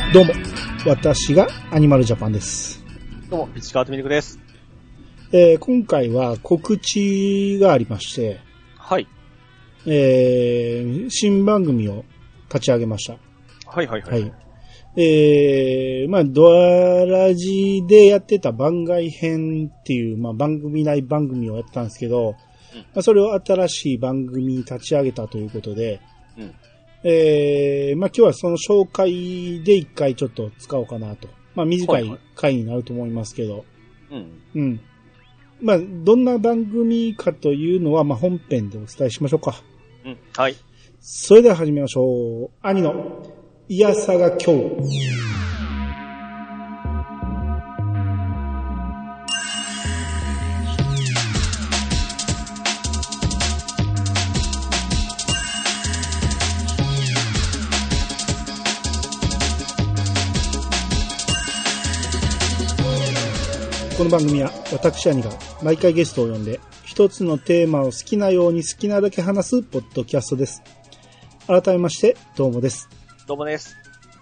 どうも、私がアニマルジャパンです。 どうも、市川とみるくです。 今回は告知がありまして、 はい。 新番組を立ち上げました。 はいはいはい。はい、 ドアラジでやってた番外編っていう、番組内番組をやったんですけど、それを新しい番組に立ち上げたということで、今日はその紹介で一回ちょっと使おうかなと。短い回になると思いますけど。どんな番組かというのは、本編でお伝えしましょうか。 はい。 それでは始めましょう。兄のいやさが今日。この番組は私兄が毎回ゲストを呼んで一つのテーマを好きなように好きなだけ話すポッドキャストです。改めましてどうもです。 どうもです。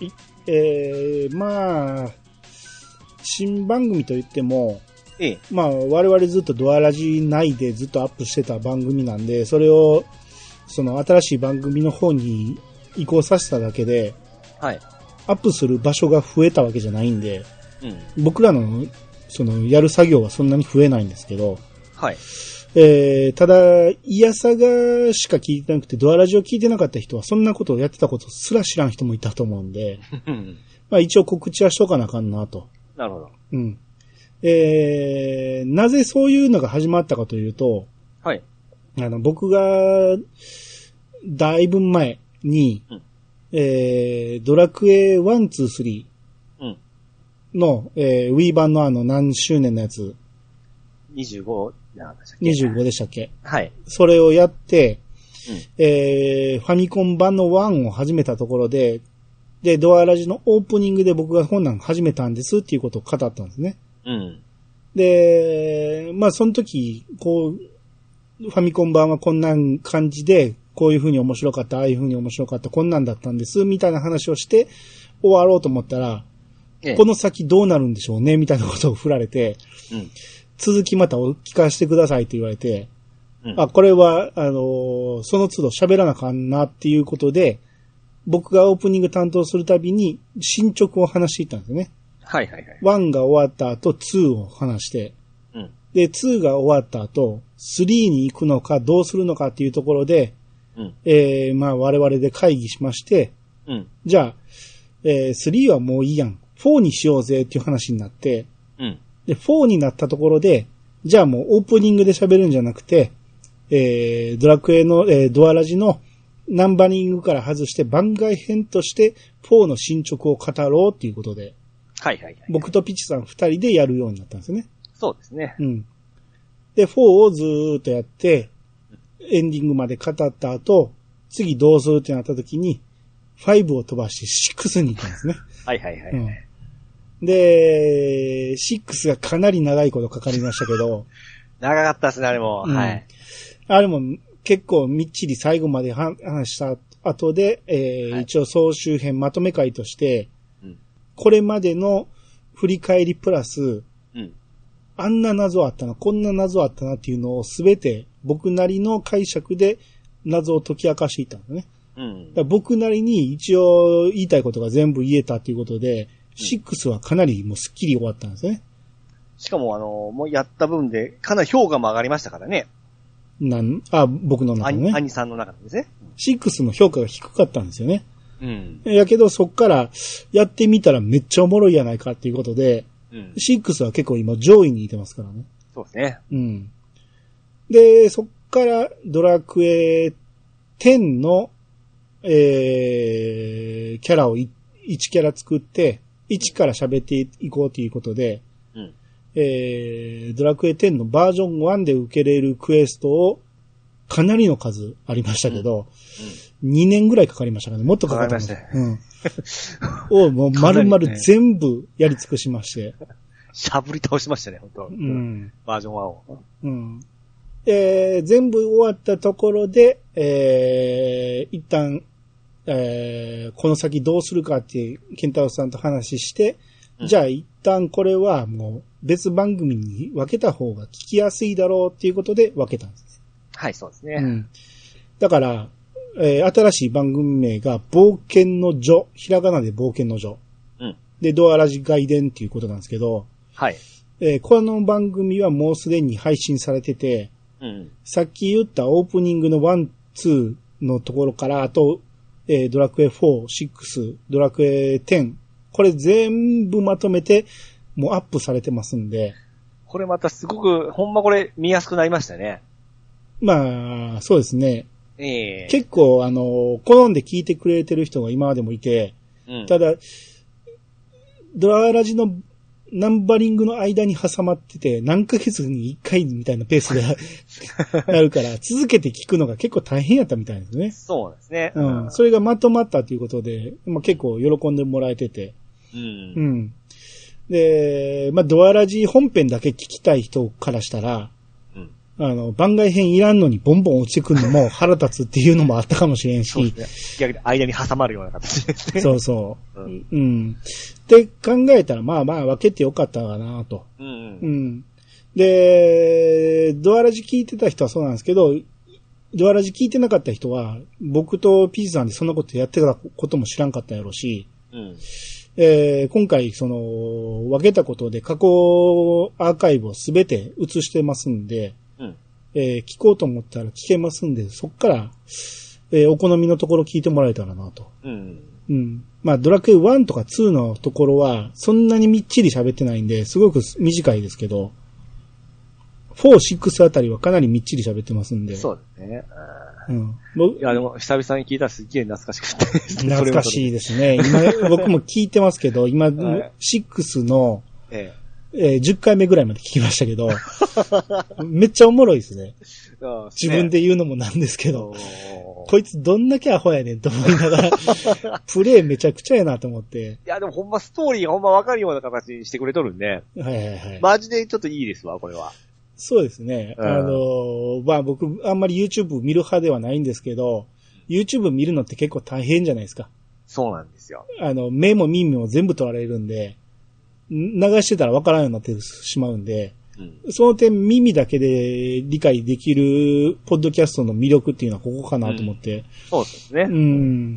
新番組といっても、我々ずっとドアラジ内でずっとアップしてた番組なんで、それをその新しい番組の方に移行させただけで、アップする場所が増えたわけじゃないんで、僕らのそのやる作業はそんなに増えないんですけど、ただいやさがしか聞いてなくてドアラジを聞いてなかった人はそんなことをやってたことすら知らん人もいたと思うんで一応告知はしとかなあかんなと。 なるほど。 なぜそういうのが始まったかというと、僕がだいぶ前に、ドラクエ1、2、3の、Wii 版の何周年のやつ。 25 でしたっけ？ はい。 それをやって、ファミコン版の1を始めたところで、ドアラジのオープニングで僕がこんなん始めたんですっていうことを語ったんですね。で、その時、ファミコン版はこんな感じで、こういう風に面白かった、ああいう風に面白かった、こんなんだったんです、みたいな話をして終わろうと思ったら、この先どうなるんでしょうねみたいなことを振られて、続きまたお聞かせてくださいと言われて、これは、その都度喋らなあかんなっていうことで、僕がオープニング担当するたびに進捗を話していったんですよね。1が終わった後、2を話して、で、2が終わった後、3に行くのかどうするのかっていうところで、我々で会議しまして、じゃあ、3はもういいやん。4にしようぜっていう話になって、で、4になったところで、じゃあもうオープニングで喋るんじゃなくて、ドラクエの、ドアラジのナンバリングから外して番外編として4の進捗を語ろうっていうことで、僕とピチさん2人でやるようになったんですよね。 そうですね。 で、4をずーっとやって、エンディングまで語った後、次どうするってなった時に、5を飛ばして6に行ったんですね。で、6がかなり長いことかかりましたけど。 長かったですね、あれも。 あれも結構みっちり最後まで話した後で、一応総集編まとめ会として、これまでの振り返りプラス、あんな謎あったな、こんな謎あったなっていうのをすべて僕なりの解釈で謎を解き明かしていったんですね。だ僕なりに一応言いたいことが全部言えたということで、6はかなりもうスッキリ終わったんですね。 しかももうやった分でかなり評価も上がりましたからね。 僕の中でね。 兄さんの中でですね。 6の評価が低かったんですよね。やけどそっからやってみたらめっちゃおもろいやないかっていうことで、6は結構今上位にいてますからね。 そうですね。 で、そっからドラクエ10の、キャラを1キャラ作って、1から喋っていこうということで、ドラクエ10のバージョン1で受けれるクエストをかなりの数ありましたけど、2年ぐらいかかりましたからね。もっとかかりました。をもう丸々全部やり尽くしまして。 しゃぶり倒しましたね、本当。バージョン1を。全部終わったところで、一旦、 この先どうするかって、ケンタロウさんと話して、じゃあ一旦これはもう別番組に分けた方が聞きやすいだろうっていうことで分けたんです。 はい、そうですね。 うん。だから、新しい番組名が冒険の女、ひらがなで冒険の女。うん。で、ドアラジ外伝っていうことなんですけど、 はい。 この番組はもうすでに配信されてて、うん。さっき言ったオープニングの1、2のところから、あと、ドラクエ4、6、ドラクエ10、これ全部まとめて、もうアップされてますんで。 これまたすごく、ほんまこれ見やすくなりましたね。 まあ、そうですね。結構、好んで聞いてくれてる人が今までもいて、うん、ただ、ドララジのナンバリングの間に挟まってて、何ヶ月に1回みたいなペースであるから、続けて聞くのが結構大変やったみたいですね。 そうですね。 うん。それがまとまったということで、まあ、結構喜んでもらえてて。うん。うん。で、まあ、ドアラジ本編だけ聞きたい人からしたら、番外編いらんのにボンボン落ちてくるのも腹立つっていうのもあったかもしれんし。そうですね。逆に間に挟まるような形ですね。 そうそう。うん。うん。って考えたら、まあまあ分けてよかったかなと。うん、うん。うん。で、ドアラジ聞いてた人はそうなんですけど、ドアラジ聞いてなかった人は、僕とピーチさんでそんなことやってたことも知らんかったやろうし、うん。今回、分けたことで過去アーカイブをすべて映してますんで、聞こうと思ったら聞けますんで、そっから、お好みのところ聞いてもらえたらなと。うん。うん。まあ、ドラクエ1とか2のところは、そんなにみっちり喋ってないんで、すごく短いですけど、4、6あたりはかなりみっちり喋ってますんで。 そうですね。うん。いや、でも、久々に聞いたらすっげえ懐かしくて。 懐かしいですね。今、僕も聞いてますけど、今、6の、10回目ぐらいまで聞きましたけど、めっちゃおもろいですね。自分で言うのもなんですけど、こいつどんだけアホやねんと思いながら、プレイめちゃくちゃやなと思って。 いや、でもほんまストーリーがほんまわかるような形にしてくれとるんで。はいはいはい。マジでちょっといいですわ、これは。 そうですね。まあ僕、あんまり YouTube 見る派ではないんですけど、YouTube 見るのって結構大変じゃないですか。 そうなんですよ。 目も耳も全部取られるんで、流してたらわからんようになってしまうんで、うん、その点耳だけで理解できるポッドキャストの魅力っていうのはここかなと思って。 そうですね。 うん。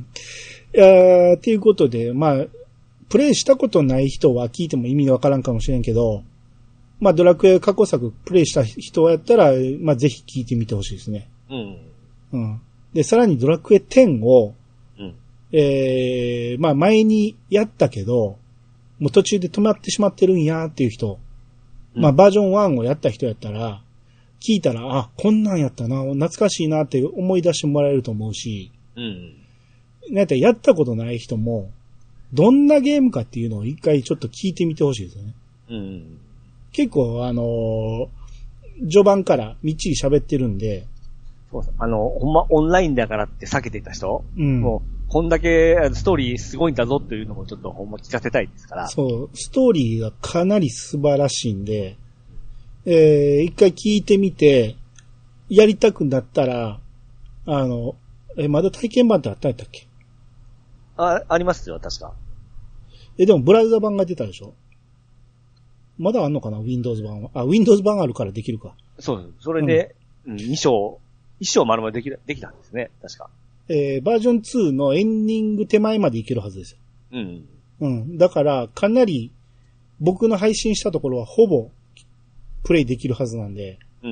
っていうことで、まあ、プレイしたことない人は聞いても意味わからんかもしれんけど、まあ、ドラクエ過去作プレイした人やったら、まあ、ぜひ聞いてみてほしいですね。うん。うん。で、さらにドラクエ10を、うん、まあ、前にやったけど、もう途中で止まってしまってるんやっていう人、まあバージョン1をやった人やったら、聞いたら、あ、こんなんやったな、懐かしいなって思い出してもらえると思うし、うん。なんかやったことない人も、どんなゲームかっていうのを一回ちょっと聞いてみてほしいですよね。うん。結構序盤からみっちり喋ってるんで、 そうほんまオンラインだからって避けてた人、うん。もうこんだけストーリーすごいんだぞっていうのもちょっとほんま聞かせたいですから。 そう、ストーリーがかなり素晴らしいんで、一回聞いてみて、やりたくなったら、まだ体験版ってあったんやったっけ？ ありますよ、確か。 でもブラウザ版が出たでしょ？まだあんのかな Windows 版は。Windows 版あるからできるか。 そう。それで、うん、一章丸々できたんですね、確か。 バージョン2のエンディング手前までいけるはずですよ。うん。うん。だから、かなり、僕の配信したところはほぼ、プレイできるはずなんで、うん。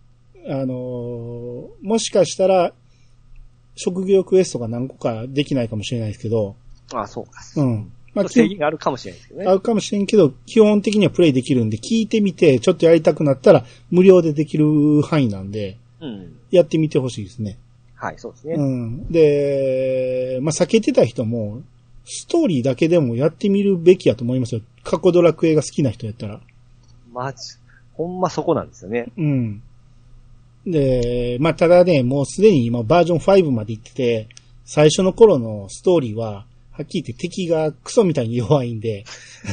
もしかしたら、職業クエストが何個かできないかもしれないですけど、 あ、そうか。 うん。 まあ、制限があるかもしれないですけどね。 あるかもしれんけど、基本的にはプレイできるんで、聞いてみて、ちょっとやりたくなったら、無料でできる範囲なんで、うん。やってみてほしいですね。 はい、そうですね。 うん。で、まあ、避けてた人も、ストーリーだけでもやってみるべきやと思いますよ。過去ドラクエが好きな人やったら。 マジ。ほんまそこなんですよね。 うん。で、まあ、ただね、もうすでに今バージョン5まで行ってて、最初の頃のストーリーは、はっきり言って敵がクソみたいに弱いんで。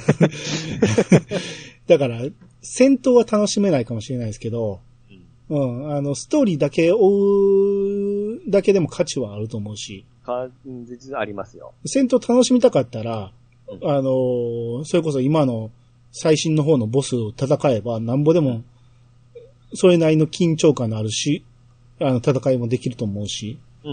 だから、戦闘は楽しめないかもしれないですけど、うん、ストーリーだけ追うだけでも価値はあると思うし。 実はありますよ。 戦闘楽しみたかったら、それこそ今の最新の方のボスを戦えばなんぼでも、それなりの緊張感のあるし、戦いもできると思うし。うん。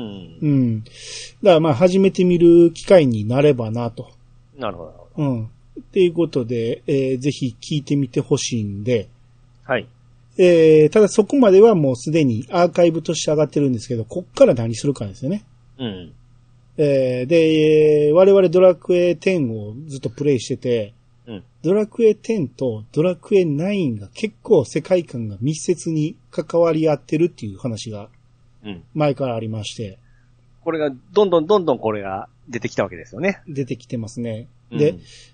だからまあ初めて見る機会になればなと。 なるほど。 うん。っていうことで、ぜひ聞いてみてほしいんで。 はい。 ただそこまではもうすでにアーカイブとして上がってるんですけど、こっから何するかですよね。 うん。 で、我々ドラクエ10をずっとプレイしてて、うん、ドラクエ10とドラクエ9が結構世界観が密接に関わり合ってるっていう話が前からありまして、うん、 これがどんどんこれが出てきたわけですよね。 出てきてますね。で、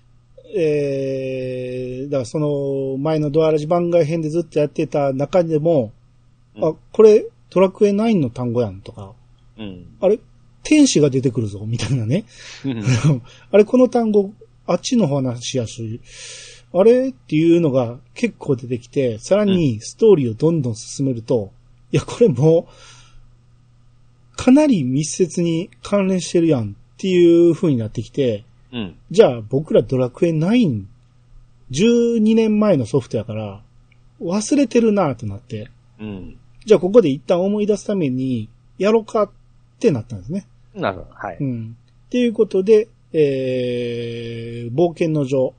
だからその前のドアラジ番外編でずっとやってた中でも、うん、あ、これドラクエ9の単語やんとか、うん、あれ天使が出てくるぞみたいなね。あれこの単語あっちの話やし、あれっていうのが結構出てきて、さらにストーリーをどんどん進めると、いや、これもう、かなり密接に関連してるやんっていう風になってきて、うん、じゃあ僕らドラクエ9、12年前のソフトやから、忘れてるなとなって、うん、じゃあここで一旦思い出すために、やろうかってなったんですね。 なるほど。はい。 うん。っていうことで、冒険の女、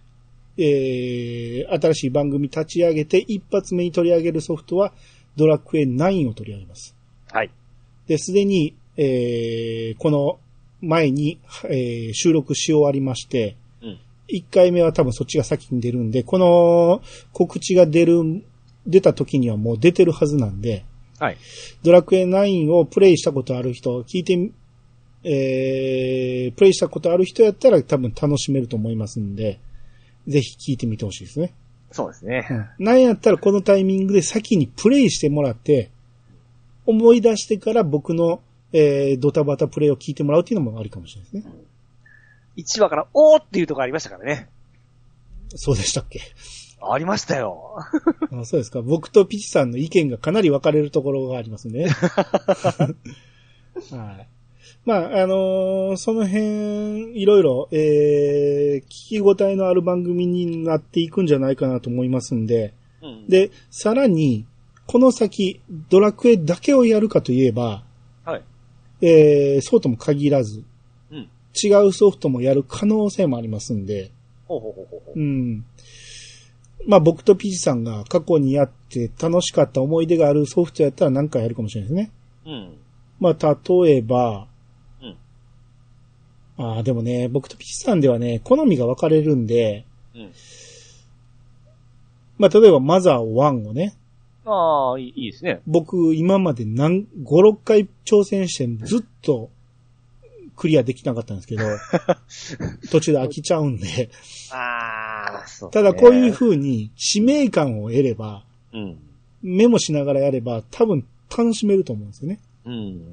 新しい番組立ち上げて一発目に取り上げるソフトはドラクエ9を取り上げます。 はい。 で、すでに、この前に、収録し終わりまして、うん、1回目は多分そっちが先に出るんで、この告知が出た時にはもう出てるはずなんで、 はい。 ドラクエ9をプレイしたことある人、プレイしたことある人やったら多分楽しめると思いますんで、ぜひ聞いてみてほしいですね。 そうですね。 うん。なんやったらこのタイミングで先にプレイしてもらって、思い出してから僕の、ドタバタプレイを聞いてもらうっていうのもありかもしれないですね。 1話からおーっていうところありましたからね。そうでしたっけ？ ありましたよ。 あ、そうですか。僕とピチさんの意見がかなり分かれるところがありますね。はい。まあ、その辺、いろいろ、聞き応えのある番組になっていくんじゃないかなと思いますんで、うん、で、さらに、この先、ドラクエだけをやるかといえば、 はい。 そうとも限らず、うん、違うソフトもやる可能性もありますんで、うん。まあ僕とピチさんが過去にやって楽しかった思い出があるソフトやったら何かやるかもしれないですね。うん。まあ例えば、でもね、僕とピチさんではね、好みが分かれるんで、うん、まあ、例えばマザー1をね。 ああ、いいですね。 僕、今まで5、6回挑戦してずっとクリアできなかったんですけど、途中で飽きちゃうんで。 そうね。 ただこういう風に使命感を得れば、うん、メモしながらやれば多分楽しめると思うんですよね。うん。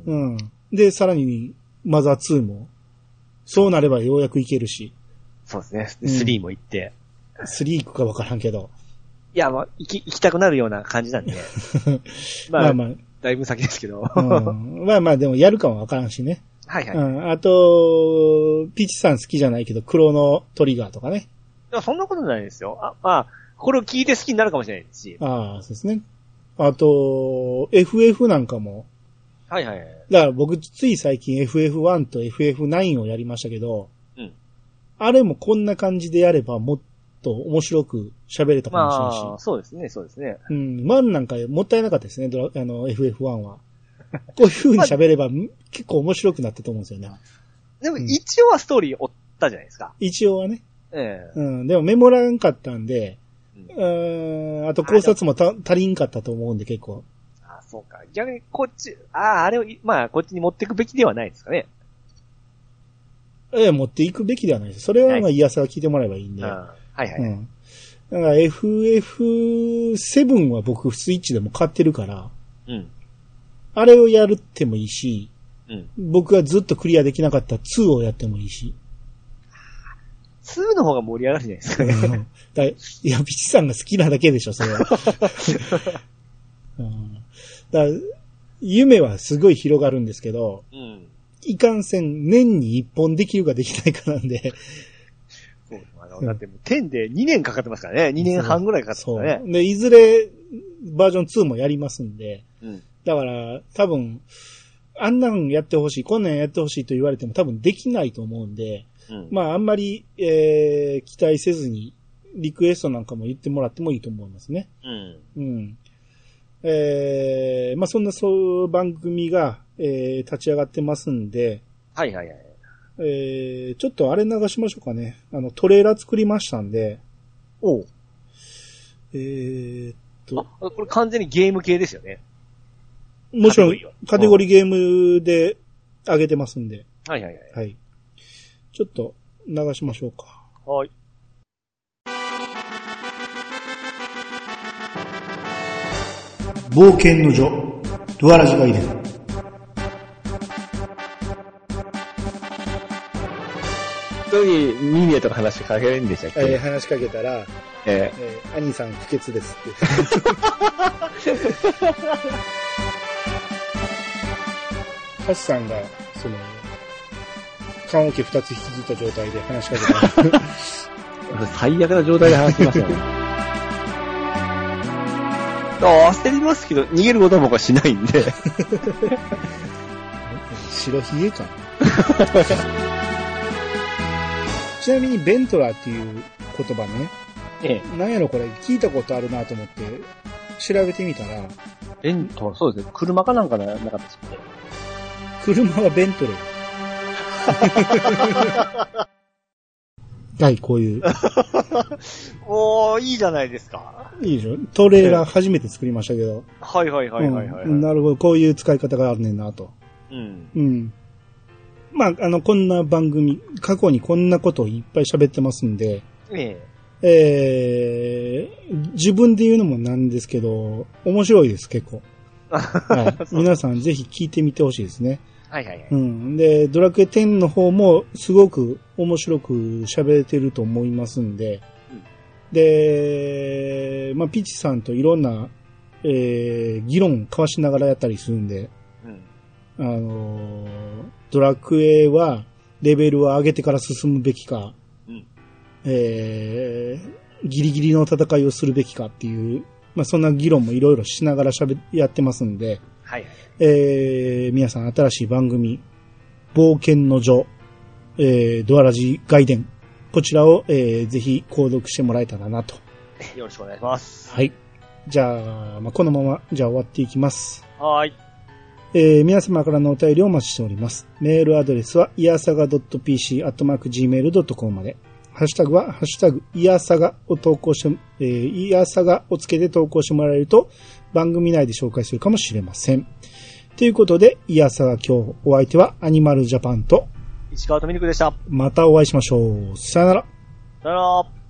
うん。で、さらにマザー2も、そうなればようやくいけるし。 そうですね。3も行って。 3行くかわからんけど。 いや、まあ、行きたくなるような感じなんで。まあ、だいぶ先ですけど。 まあ、でもやるかもわからんしね。 はいはい。 うん、あと、ピーチさん好きじゃないけど、黒のトリガーとかね。 いや、そんなことないですよ。これを聞いて好きになるかもしれないですし。 そうですね。あと、FF なんかも。 はいはい。 だから僕つい最近 FF1 と FF9 をやりましたけど、うん。あれもこんな感じでやればもっと面白く喋れたかもしれないし。 まあ、そうですね、そうですね。 うん。1なんかもったいなかったですね、FF1 は。こういう風に喋れば結構面白くなったと思うんですよね。 でも一応はストーリー追ったじゃないですか。 一応はね。うん。でもメモらんかったんで、あと考察も足りんかったと思うんで結構。 そうか。逆にこっち、あれを、まあ、こっちに持っていくべきではないですかね。 持っていくべきではないです。それはまあ、イヤサが聞いてもらえばいいんで。 はいはい。うん。 だから FF7 は僕スイッチでも買ってるから、うん。あれをやるってもいいし、うん。僕がずっとクリアできなかった2をやってもいいし。 2の方が盛り上がるじゃないですかね。 いや、ピチさんが好きなだけでしょ、それは。うん、だ夢はすごい広がるんですけど、 うん。 いかんせん年に1本できるかできないかなんで。 そうだってもう10で2年かかってますからね。2年半ぐらいかかってますからね。 で、いずれバージョン2もやりますんで。 うん。 だから、多分、あんなんやってほしい、こんなんやってほしいと言われても多分できないと思うんで、うん、まああんまり、期待せずに、リクエストなんかも言ってもらってもいいと思いますね。うん。うん。まあそんな番組が、立ち上がってますんで、 はいはいはい。 ちょっとあれ流しましょうかね。トレーラー作りましたんで。 おう。これ完全にゲーム系ですよね。 もちろん、カテゴリーゲームで上げてますんで。 はいはいはい。 はい。ちょっと流しましょうか。 はい。 冒険の女、ドアラジがいる。 そういうミニエとか話しかけるんでしたっけ？ 話しかけたら、兄さん不潔ですって。ハシさんが、棺桶2つ引きずった状態で話しかけた。 最悪な状態で話しましたね。焦りますけど、逃げることは僕はしないんで。 白ひげか。ちなみにベントラーっていう言葉ね。なんやろこれ聞いたことあるなと思って調べてみたら。 ベントラー、そうですね。車かなんかなかったですよね。 車はベントレー。はい、こういう。 おー、いいじゃないですか。 いいでしょ。トレーラー初めて作りましたけど。 はいはいはいはいはい、 なるほど、こういう使い方があるねんなと。うん。うん。まあ、こんな番組、過去にこんなことをいっぱい喋ってますんで。自分で言うのもなんですけど、面白いです、結構。はい、皆さんぜひ聞いてみてほしいですね。 はいはいはい。 うん。で、ドラクエ10の方もすごく面白く喋れてると思いますんで、うん、で、まあ、ピッチさんといろんな、議論交わしながらやったりするんで、うん、ドラクエはレベルを上げてから進むべきか、うん、ギリギリの戦いをするべきかっていう、まあ、そんな議論もいろいろしながらやってますんで、はいはい、皆さん新しい番組、冒険の女、ドアラジ外伝、こちらを、ぜひ購読してもらえたらなと。 よろしくお願いします。 はい。じゃあ、まあ、このまま、じゃあ終わっていきます。 はい。 皆様からのお便りをお待ちしております。メールアドレスは、いやさが .pc@gmail.com まで。ハッシュタグは、ハッシュタグ、いやさがを投稿して、いやさがをつけて投稿してもらえると、番組内で紹介するかもしれません。ということで、いやさが今日、お相手はアニマルジャパンと、 石川とミルクでした。 またお会いしましょう。さよなら。 さよなら。